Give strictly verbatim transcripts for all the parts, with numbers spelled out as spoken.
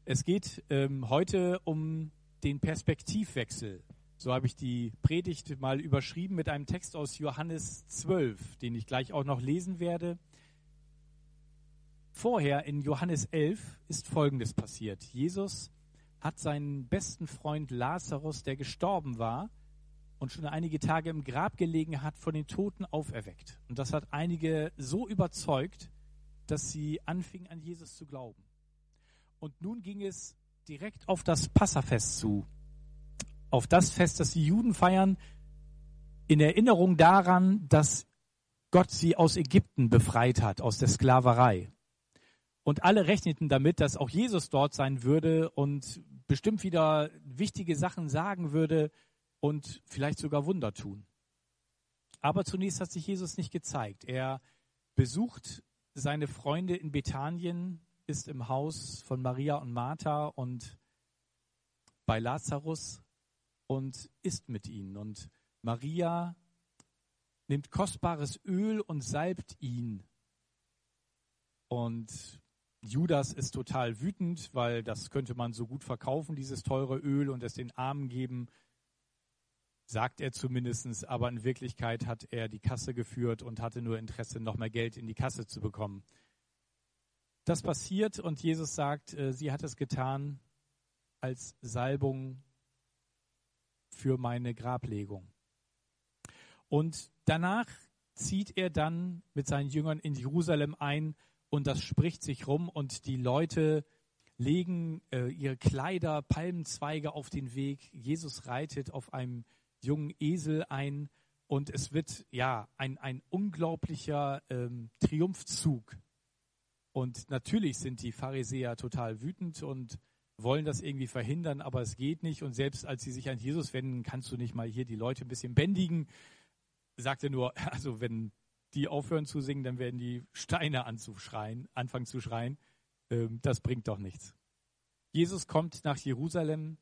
Es geht ähm, heute um den Perspektivwechsel. So habe ich die Predigt mal überschrieben mit einem Text aus Johannes zwölf, den ich gleich auch noch lesen werde. Vorher in Johannes elf ist Folgendes passiert. Jesus hat seinen besten Freund Lazarus, der gestorben war und schon einige Tage im Grab gelegen hat, von den Toten auferweckt. Und das hat einige so überzeugt, dass sie anfingen, an Jesus zu glauben. Und nun ging es direkt auf das Passafest zu. Auf das Fest, das die Juden feiern, in Erinnerung daran, dass Gott sie aus Ägypten befreit hat, aus der Sklaverei. Und alle rechneten damit, dass auch Jesus dort sein würde und bestimmt wieder wichtige Sachen sagen würde und vielleicht sogar Wunder tun. Aber zunächst hat sich Jesus nicht gezeigt. Er besucht seine Freunde in Bethanien, ist im Haus von Maria und Martha und bei Lazarus und isst mit ihnen. Und Maria nimmt kostbares Öl und salbt ihn. Und Judas ist total wütend, weil das könnte man so gut verkaufen, dieses teure Öl, und es den Armen geben, sagt er zumindest. Aber in Wirklichkeit hat er die Kasse geführt und hatte nur Interesse, noch mehr Geld in die Kasse zu bekommen. Das passiert und Jesus sagt, sie hat es getan als Salbung für meine Grablegung. Und danach zieht er dann mit seinen Jüngern in Jerusalem ein und das spricht sich rum und die Leute legen äh, ihre Kleider, Palmenzweige auf den Weg. Jesus reitet auf einem jungen Esel ein und es wird ja ein, ein unglaublicher ähm, Triumphzug. Und natürlich sind die Pharisäer total wütend und wollen das irgendwie verhindern, aber es geht nicht. Und selbst als sie sich an Jesus wenden, kannst du nicht mal hier die Leute ein bisschen bändigen. Sagt er nur, also wenn die aufhören zu singen, dann werden die Steine anzuschreien, anfangen zu schreien. Ähm, das bringt doch nichts. Jesus kommt nach Jerusalem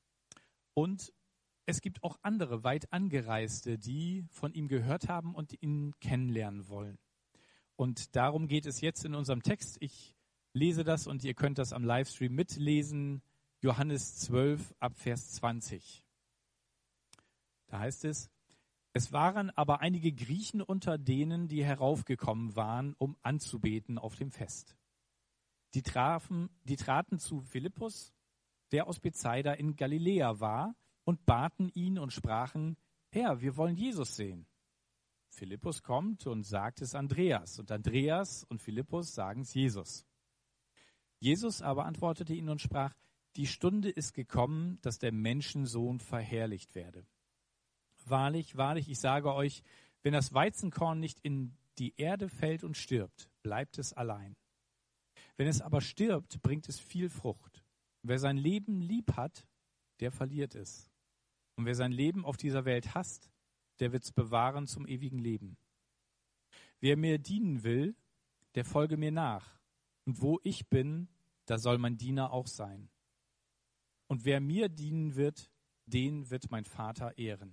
und es gibt auch andere weit Angereiste, die von ihm gehört haben und ihn kennenlernen wollen. Und darum geht es jetzt in unserem Text. Ich lese das und ihr könnt das am Livestream mitlesen. Johannes zwölf ab Vers zwanzig. Da heißt es: Es waren aber einige Griechen unter denen, die heraufgekommen waren, um anzubeten auf dem Fest. Die, trafen, die traten zu Philippus, der aus Bethsaida in Galiläa war, und baten ihn und sprachen: Herr, wir wollen Jesus sehen. Philippus kommt und sagt es Andreas, und Andreas und Philippus sagen es Jesus. Jesus aber antwortete ihnen und sprach: Die Stunde ist gekommen, dass der Menschensohn verherrlicht werde. Wahrlich, wahrlich, ich sage euch, wenn das Weizenkorn nicht in die Erde fällt und stirbt, bleibt es allein. Wenn es aber stirbt, bringt es viel Frucht. Wer sein Leben lieb hat, der verliert es. Und wer sein Leben auf dieser Welt hasst, der wird es bewahren zum ewigen Leben. Wer mir dienen will, der folge mir nach. Und wo ich bin, da soll mein Diener auch sein. Und wer mir dienen wird, den wird mein Vater ehren.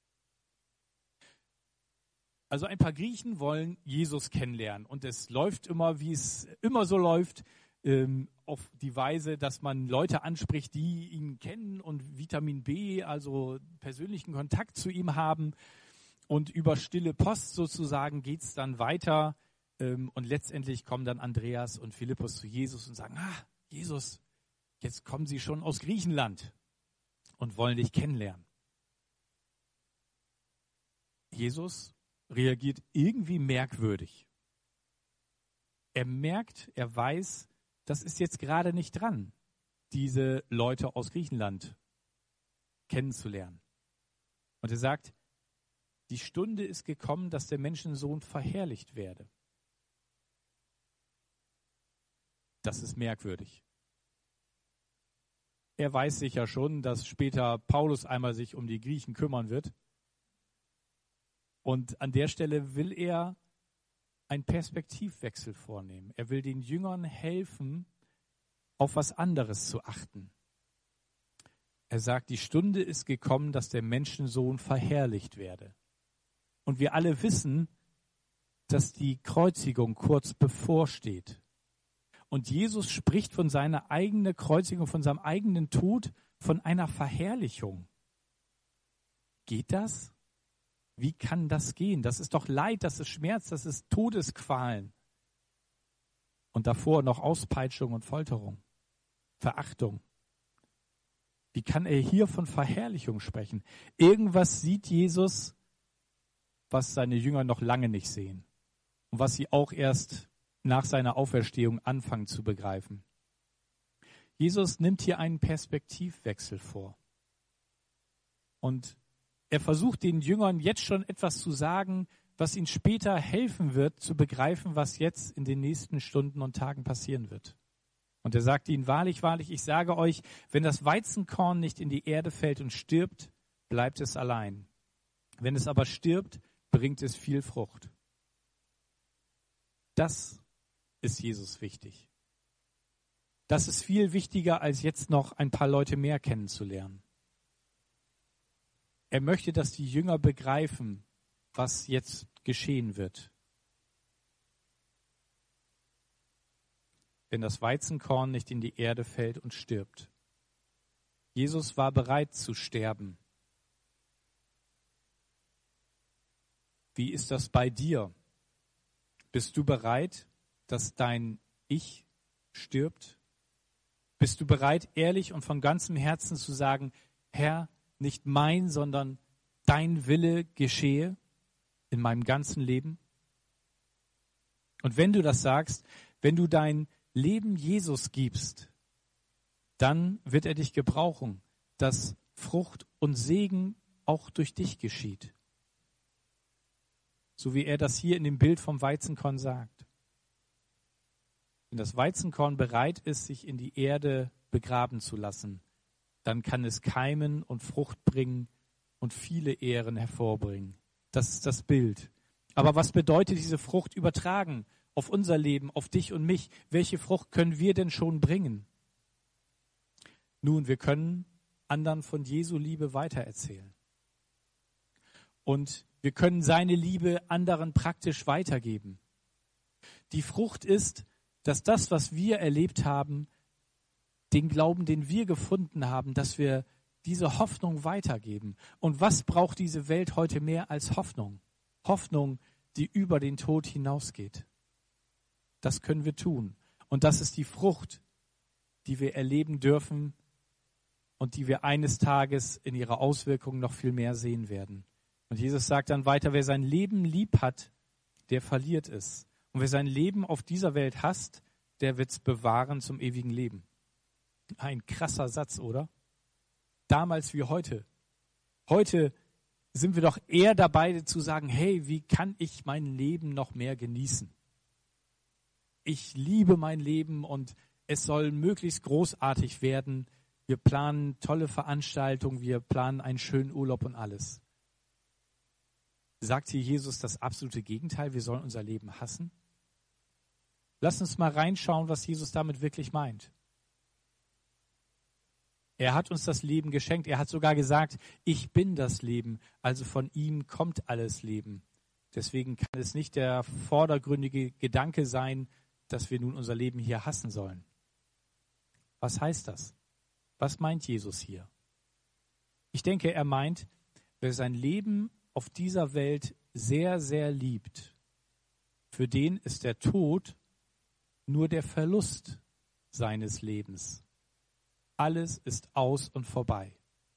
Also ein paar Griechen wollen Jesus kennenlernen. Und es läuft immer, wie es immer so läuft, ähm, auf die Weise, dass man Leute anspricht, die ihn kennen und Vitamin B, also persönlichen Kontakt zu ihm haben. Und über stille Post sozusagen geht es dann weiter. Ähm, und letztendlich kommen dann Andreas und Philippus zu Jesus und sagen: Ah, Jesus, jetzt kommen Sie schon aus Griechenland und wollen dich kennenlernen. Jesus reagiert irgendwie merkwürdig. Er merkt, er weiß, das ist jetzt gerade nicht dran, diese Leute aus Griechenland kennenzulernen. Und er sagt, die Stunde ist gekommen, dass der Menschensohn verherrlicht werde. Das ist merkwürdig. Er weiß sicher schon, dass später Paulus einmal sich um die Griechen kümmern wird. Und an der Stelle will er einen Perspektivwechsel vornehmen. Er will den Jüngern helfen, auf was anderes zu achten. Er sagt, die Stunde ist gekommen, dass der Menschensohn verherrlicht werde. Und wir alle wissen, dass die Kreuzigung kurz bevorsteht. Und Jesus spricht von seiner eigenen Kreuzigung, von seinem eigenen Tod, von einer Verherrlichung. Geht das? Wie kann das gehen? Das ist doch Leid, das ist Schmerz, das ist Todesqualen. Und davor noch Auspeitschung und Folterung, Verachtung. Wie kann er hier von Verherrlichung sprechen? Irgendwas sieht Jesus, was seine Jünger noch lange nicht sehen und was sie auch erst nach seiner Auferstehung anfangen zu begreifen. Jesus nimmt hier einen Perspektivwechsel vor. Und er versucht den Jüngern jetzt schon etwas zu sagen, was ihnen später helfen wird, zu begreifen, was jetzt in den nächsten Stunden und Tagen passieren wird. Und er sagt ihnen, wahrlich, wahrlich, ich sage euch, wenn das Weizenkorn nicht in die Erde fällt und stirbt, bleibt es allein. Wenn es aber stirbt, bringt es viel Frucht. Das ist Jesus wichtig. Das ist viel wichtiger, als jetzt noch ein paar Leute mehr kennenzulernen. Er möchte, dass die Jünger begreifen, was jetzt geschehen wird. Wenn das Weizenkorn nicht in die Erde fällt und stirbt. Jesus war bereit zu sterben. Wie ist das bei dir? Bist du bereit, dass dein Ich stirbt? Bist du bereit, ehrlich und von ganzem Herzen zu sagen, Herr, nicht mein, sondern dein Wille geschehe in meinem ganzen Leben? Und wenn du das sagst, wenn du dein Leben Jesus gibst, dann wird er dich gebrauchen, dass Frucht und Segen auch durch dich geschieht. So wie er das hier in dem Bild vom Weizenkorn sagt. Wenn das Weizenkorn bereit ist, sich in die Erde begraben zu lassen, dann kann es keimen und Frucht bringen und viele Ähren hervorbringen. Das ist das Bild. Aber was bedeutet diese Frucht übertragen auf unser Leben, auf dich und mich? Welche Frucht können wir denn schon bringen? Nun, wir können anderen von Jesu Liebe weitererzählen. Und wir können seine Liebe anderen praktisch weitergeben. Die Frucht ist, dass das, was wir erlebt haben, den Glauben, den wir gefunden haben, dass wir diese Hoffnung weitergeben. Und was braucht diese Welt heute mehr als Hoffnung? Hoffnung, die über den Tod hinausgeht. Das können wir tun. Und das ist die Frucht, die wir erleben dürfen und die wir eines Tages in ihrer Auswirkung noch viel mehr sehen werden. Und Jesus sagt dann weiter, wer sein Leben lieb hat, der verliert es. Und wer sein Leben auf dieser Welt hasst, der wird es bewahren zum ewigen Leben. Ein krasser Satz, oder? Damals wie heute. Heute sind wir doch eher dabei zu sagen, hey, wie kann ich mein Leben noch mehr genießen? Ich liebe mein Leben und es soll möglichst großartig werden. Wir planen tolle Veranstaltungen, wir planen einen schönen Urlaub und alles. Sagt hier Jesus das absolute Gegenteil, wir sollen unser Leben hassen? Lass uns mal reinschauen, was Jesus damit wirklich meint. Er hat uns das Leben geschenkt. Er hat sogar gesagt, ich bin das Leben, also von ihm kommt alles Leben. Deswegen kann es nicht der vordergründige Gedanke sein, dass wir nun unser Leben hier hassen sollen. Was heißt das? Was meint Jesus hier? Ich denke, er meint, wer sein Leben auf dieser Welt sehr, sehr liebt, für den ist der Tod nur der Verlust seines Lebens. Alles ist aus und vorbei.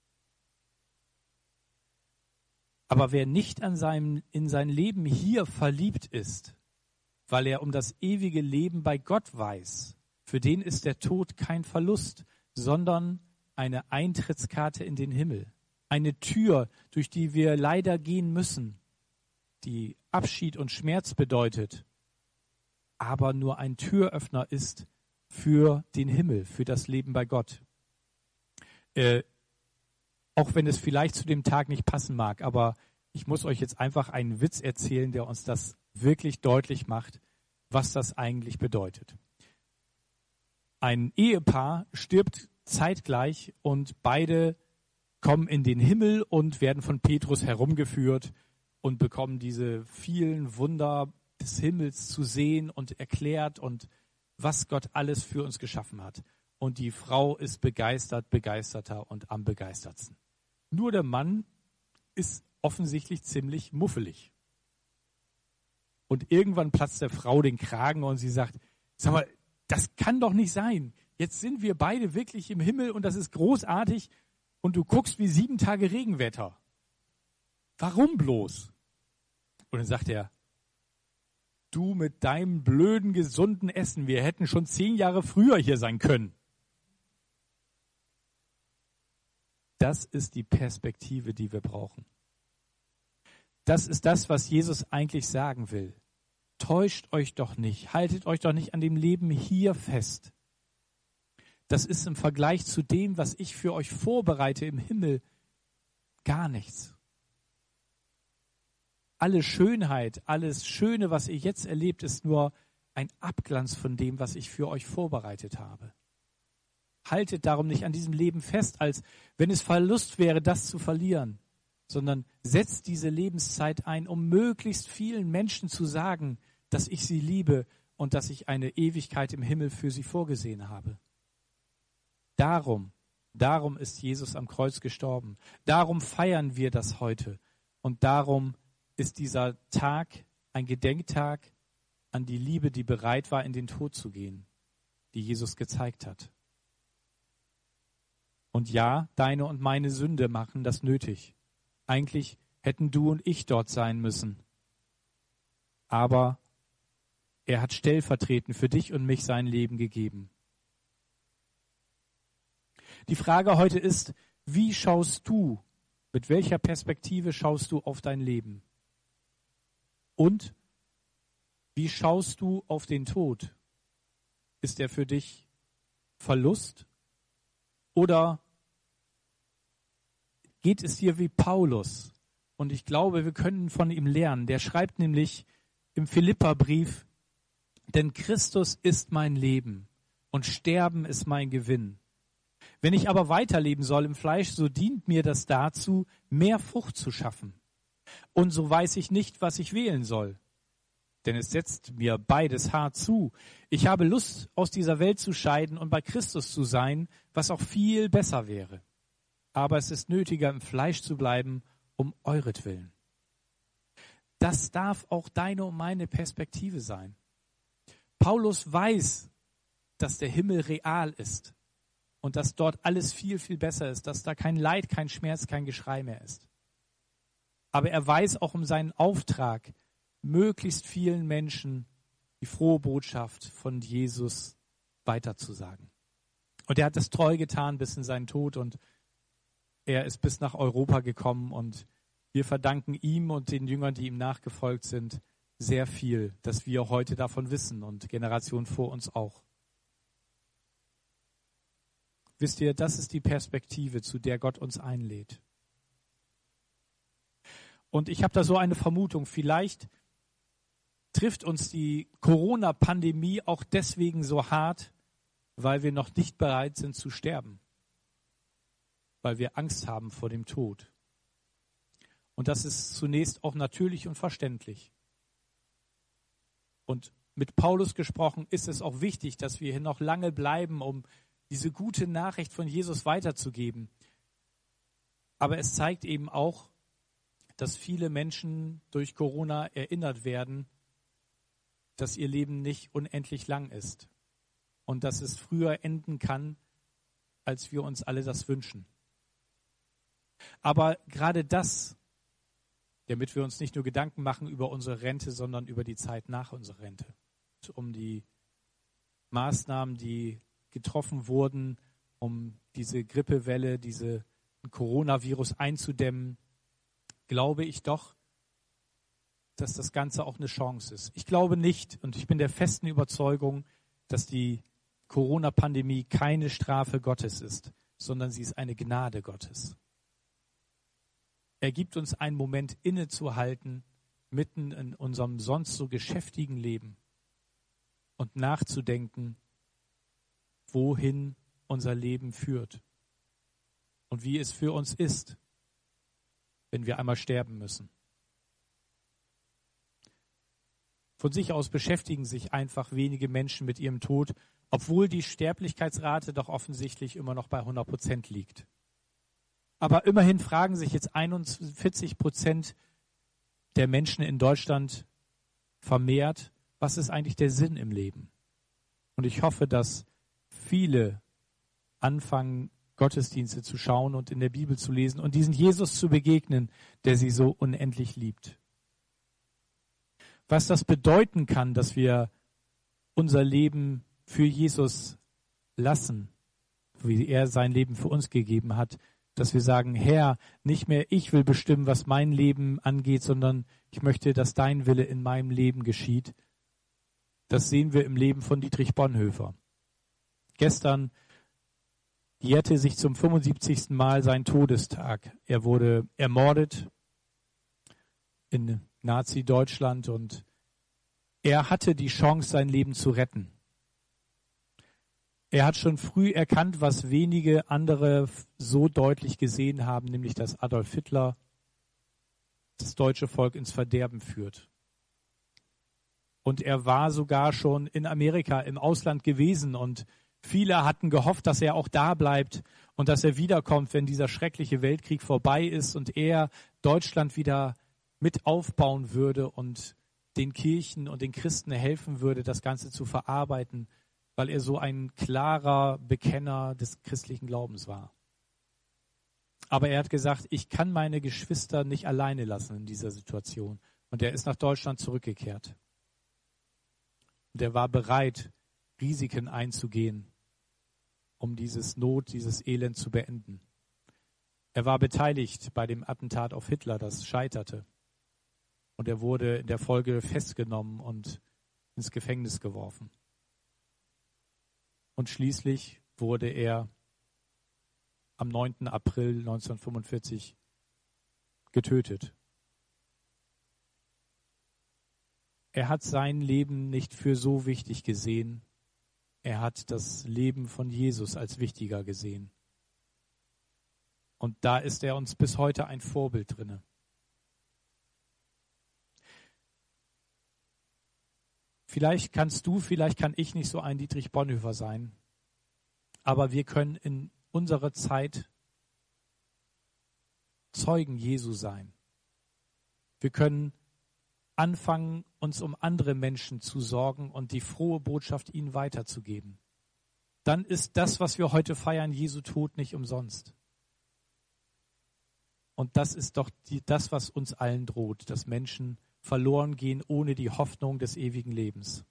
Aber wer nicht an seinem, in sein Leben hier verliebt ist, weil er um das ewige Leben bei Gott weiß, für den ist der Tod kein Verlust, sondern eine Eintrittskarte in den Himmel. Eine Tür, durch die wir leider gehen müssen, die Abschied und Schmerz bedeutet, aber nur ein Türöffner ist für den Himmel, für das Leben bei Gott. Äh, auch wenn es vielleicht zu dem Tag nicht passen mag, aber ich muss euch jetzt einfach einen Witz erzählen, der uns das wirklich deutlich macht, was das eigentlich bedeutet. Ein Ehepaar stirbt zeitgleich und beide kommen in den Himmel und werden von Petrus herumgeführt und bekommen diese vielen Wunder des Himmels zu sehen und erklärt und was Gott alles für uns geschaffen hat. Und die Frau ist begeistert, begeisterter und am begeistertsten. Nur der Mann ist offensichtlich ziemlich muffelig. Und irgendwann platzt der Frau den Kragen und sie sagt, sag mal, das kann doch nicht sein. Jetzt sind wir beide wirklich im Himmel und das ist großartig und du guckst wie sieben Tage Regenwetter. Warum bloß? Und dann sagt er, du mit deinem blöden, gesunden Essen, wir hätten schon zehn Jahre früher hier sein können. Das ist die Perspektive, die wir brauchen. Das ist das, was Jesus eigentlich sagen will. Täuscht euch doch nicht, haltet euch doch nicht an dem Leben hier fest. Das ist im Vergleich zu dem, was ich für euch vorbereite im Himmel, gar nichts. Alle Schönheit, alles Schöne, was ihr jetzt erlebt, ist nur ein Abglanz von dem, was ich für euch vorbereitet habe. Haltet darum nicht an diesem Leben fest, als wenn es Verlust wäre, das zu verlieren, sondern setzt diese Lebenszeit ein, um möglichst vielen Menschen zu sagen, dass ich sie liebe und dass ich eine Ewigkeit im Himmel für sie vorgesehen habe. Darum, darum ist Jesus am Kreuz gestorben. Darum feiern wir das heute. Und darum ist dieser Tag ein Gedenktag an die Liebe, die bereit war, in den Tod zu gehen, die Jesus gezeigt hat. Und ja, deine und meine Sünde machen das nötig. Eigentlich hätten du und ich dort sein müssen. Aber er hat stellvertretend für dich und mich sein Leben gegeben. Die Frage heute ist, wie schaust du, mit welcher Perspektive schaust du auf dein Leben? Und wie schaust du auf den Tod? Ist er für dich Verlust? Oder geht es dir wie Paulus? Und ich glaube, wir können von ihm lernen. Der schreibt nämlich im Philipperbrief, denn Christus ist mein Leben und Sterben ist mein Gewinn. Wenn ich aber weiterleben soll im Fleisch, so dient mir das dazu, mehr Frucht zu schaffen. Und so weiß ich nicht, was ich wählen soll. Denn es setzt mir beides hart zu. Ich habe Lust, aus dieser Welt zu scheiden und bei Christus zu sein, was auch viel besser wäre. Aber es ist nötiger, im Fleisch zu bleiben, um euretwillen. Das darf auch deine und meine Perspektive sein. Paulus weiß, dass der Himmel real ist und dass dort alles viel, viel besser ist, dass da kein Leid, kein Schmerz, kein Geschrei mehr ist. Aber er weiß auch um seinen Auftrag, möglichst vielen Menschen die frohe Botschaft von Jesus weiterzusagen. Und er hat es treu getan bis in seinen Tod und er ist bis nach Europa gekommen und wir verdanken ihm und den Jüngern, die ihm nachgefolgt sind, sehr viel, dass wir heute davon wissen und Generationen vor uns auch. Wisst ihr, das ist die Perspektive, zu der Gott uns einlädt. Und ich habe da so eine Vermutung, vielleicht trifft uns die Corona-Pandemie auch deswegen so hart, weil wir noch nicht bereit sind zu sterben, weil wir Angst haben vor dem Tod. Und das ist zunächst auch natürlich und verständlich. Und mit Paulus gesprochen ist es auch wichtig, dass wir hier noch lange bleiben, um diese gute Nachricht von Jesus weiterzugeben. Aber es zeigt eben auch, dass viele Menschen durch Corona erinnert werden, dass ihr Leben nicht unendlich lang ist und dass es früher enden kann, als wir uns alle das wünschen. Aber gerade das, damit wir uns nicht nur Gedanken machen über unsere Rente, sondern über die Zeit nach unserer Rente, um die Maßnahmen, die getroffen wurden, um diese Grippewelle, diese Coronavirus einzudämmen, glaube ich doch, dass das Ganze auch eine Chance ist. Ich glaube nicht und ich bin der festen Überzeugung, dass die Corona-Pandemie keine Strafe Gottes ist, sondern sie ist eine Gnade Gottes. Er gibt uns einen Moment innezuhalten, mitten in unserem sonst so geschäftigen Leben und nachzudenken, wohin unser Leben führt und wie es für uns ist, wenn wir einmal sterben müssen. Von sich aus beschäftigen sich einfach wenige Menschen mit ihrem Tod, obwohl die Sterblichkeitsrate doch offensichtlich immer noch bei hundert Prozent liegt. Aber immerhin fragen sich jetzt einundvierzig Prozent der Menschen in Deutschland vermehrt, was ist eigentlich der Sinn im Leben? Und ich hoffe, dass viele anfangen, Gottesdienste zu schauen und in der Bibel zu lesen und diesen Jesus zu begegnen, der sie so unendlich liebt. Was das bedeuten kann, dass wir unser Leben für Jesus lassen, wie er sein Leben für uns gegeben hat, dass wir sagen, Herr, nicht mehr ich will bestimmen, was mein Leben angeht, sondern ich möchte, dass dein Wille in meinem Leben geschieht. Das sehen wir im Leben von Dietrich Bonhoeffer. Gestern jährte sich zum fünfundsiebzigsten Mal sein Todestag. Er wurde ermordet in Nazi-Deutschland und er hatte die Chance, sein Leben zu retten. Er hat schon früh erkannt, was wenige andere so deutlich gesehen haben, nämlich dass Adolf Hitler das deutsche Volk ins Verderben führt. Und er war sogar schon in Amerika, im Ausland gewesen und viele hatten gehofft, dass er auch da bleibt und dass er wiederkommt, wenn dieser schreckliche Weltkrieg vorbei ist und er Deutschland wieder mit aufbauen würde und den Kirchen und den Christen helfen würde, das Ganze zu verarbeiten, weil er so ein klarer Bekenner des christlichen Glaubens war. Aber er hat gesagt, ich kann meine Geschwister nicht alleine lassen in dieser Situation. Und er ist nach Deutschland zurückgekehrt. Und er war bereit, Risiken einzugehen, um dieses Not, dieses Elend zu beenden. Er war beteiligt bei dem Attentat auf Hitler, das scheiterte. Und er wurde in der Folge festgenommen und ins Gefängnis geworfen. Und schließlich wurde er am neunten April neunzehnhundertfünfundvierzig getötet. Er hat sein Leben nicht für so wichtig gesehen. Er hat das Leben von Jesus als wichtiger gesehen. Und da ist er uns bis heute ein Vorbild drinne. Vielleicht kannst du, vielleicht kann ich nicht so ein Dietrich Bonhoeffer sein, aber wir können in unserer Zeit Zeugen Jesu sein. Wir können anfangen, uns um andere Menschen zu sorgen und die frohe Botschaft ihnen weiterzugeben. Dann ist das, was wir heute feiern, Jesu Tod, nicht umsonst. Und das ist doch die, das, was uns allen droht, dass Menschen verloren gehen ohne die Hoffnung des ewigen Lebens.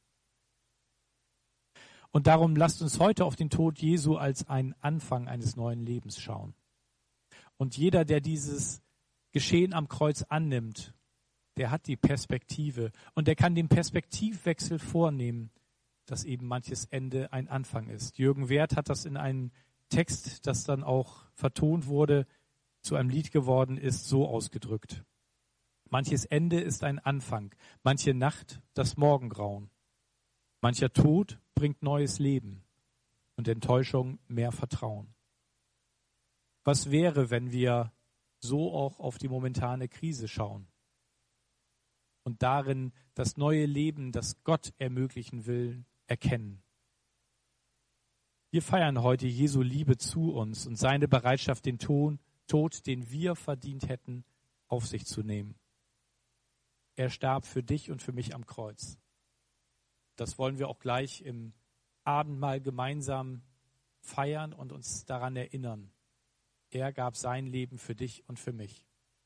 Und darum lasst uns heute auf den Tod Jesu als einen Anfang eines neuen Lebens schauen. Und jeder, der dieses Geschehen am Kreuz annimmt, der hat die Perspektive und der kann den Perspektivwechsel vornehmen, dass eben manches Ende ein Anfang ist. Jürgen Werth hat das in einem Text, das dann auch vertont wurde, zu einem Lied geworden ist, so ausgedrückt. Manches Ende ist ein Anfang, manche Nacht das Morgengrauen. Mancher Tod bringt neues Leben und Enttäuschung mehr Vertrauen. Was wäre, wenn wir so auch auf die momentane Krise schauen und darin das neue Leben, das Gott ermöglichen will, erkennen? Wir feiern heute Jesu Liebe zu uns und seine Bereitschaft, den Tod, den wir verdient hätten, auf sich zu nehmen. Er starb für dich und für mich am Kreuz. Das wollen wir auch gleich im Abendmahl gemeinsam feiern und uns daran erinnern. Er gab sein Leben für dich und für mich.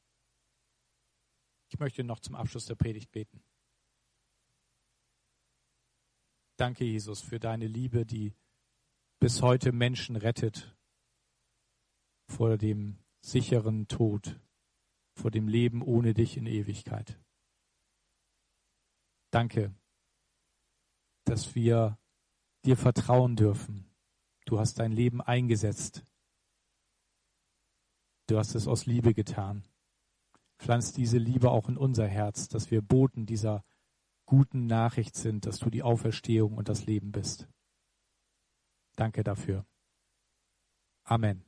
Ich möchte noch zum Abschluss der Predigt beten. Danke, Jesus, für deine Liebe, die bis heute Menschen rettet vor dem sicheren Tod, vor dem Leben ohne dich in Ewigkeit. Danke, dass wir dir vertrauen dürfen. Du hast dein Leben eingesetzt. Du hast es aus Liebe getan. Pflanz diese Liebe auch in unser Herz, dass wir Boten dieser guten Nachricht sind, dass du die Auferstehung und das Leben bist. Danke dafür. Amen.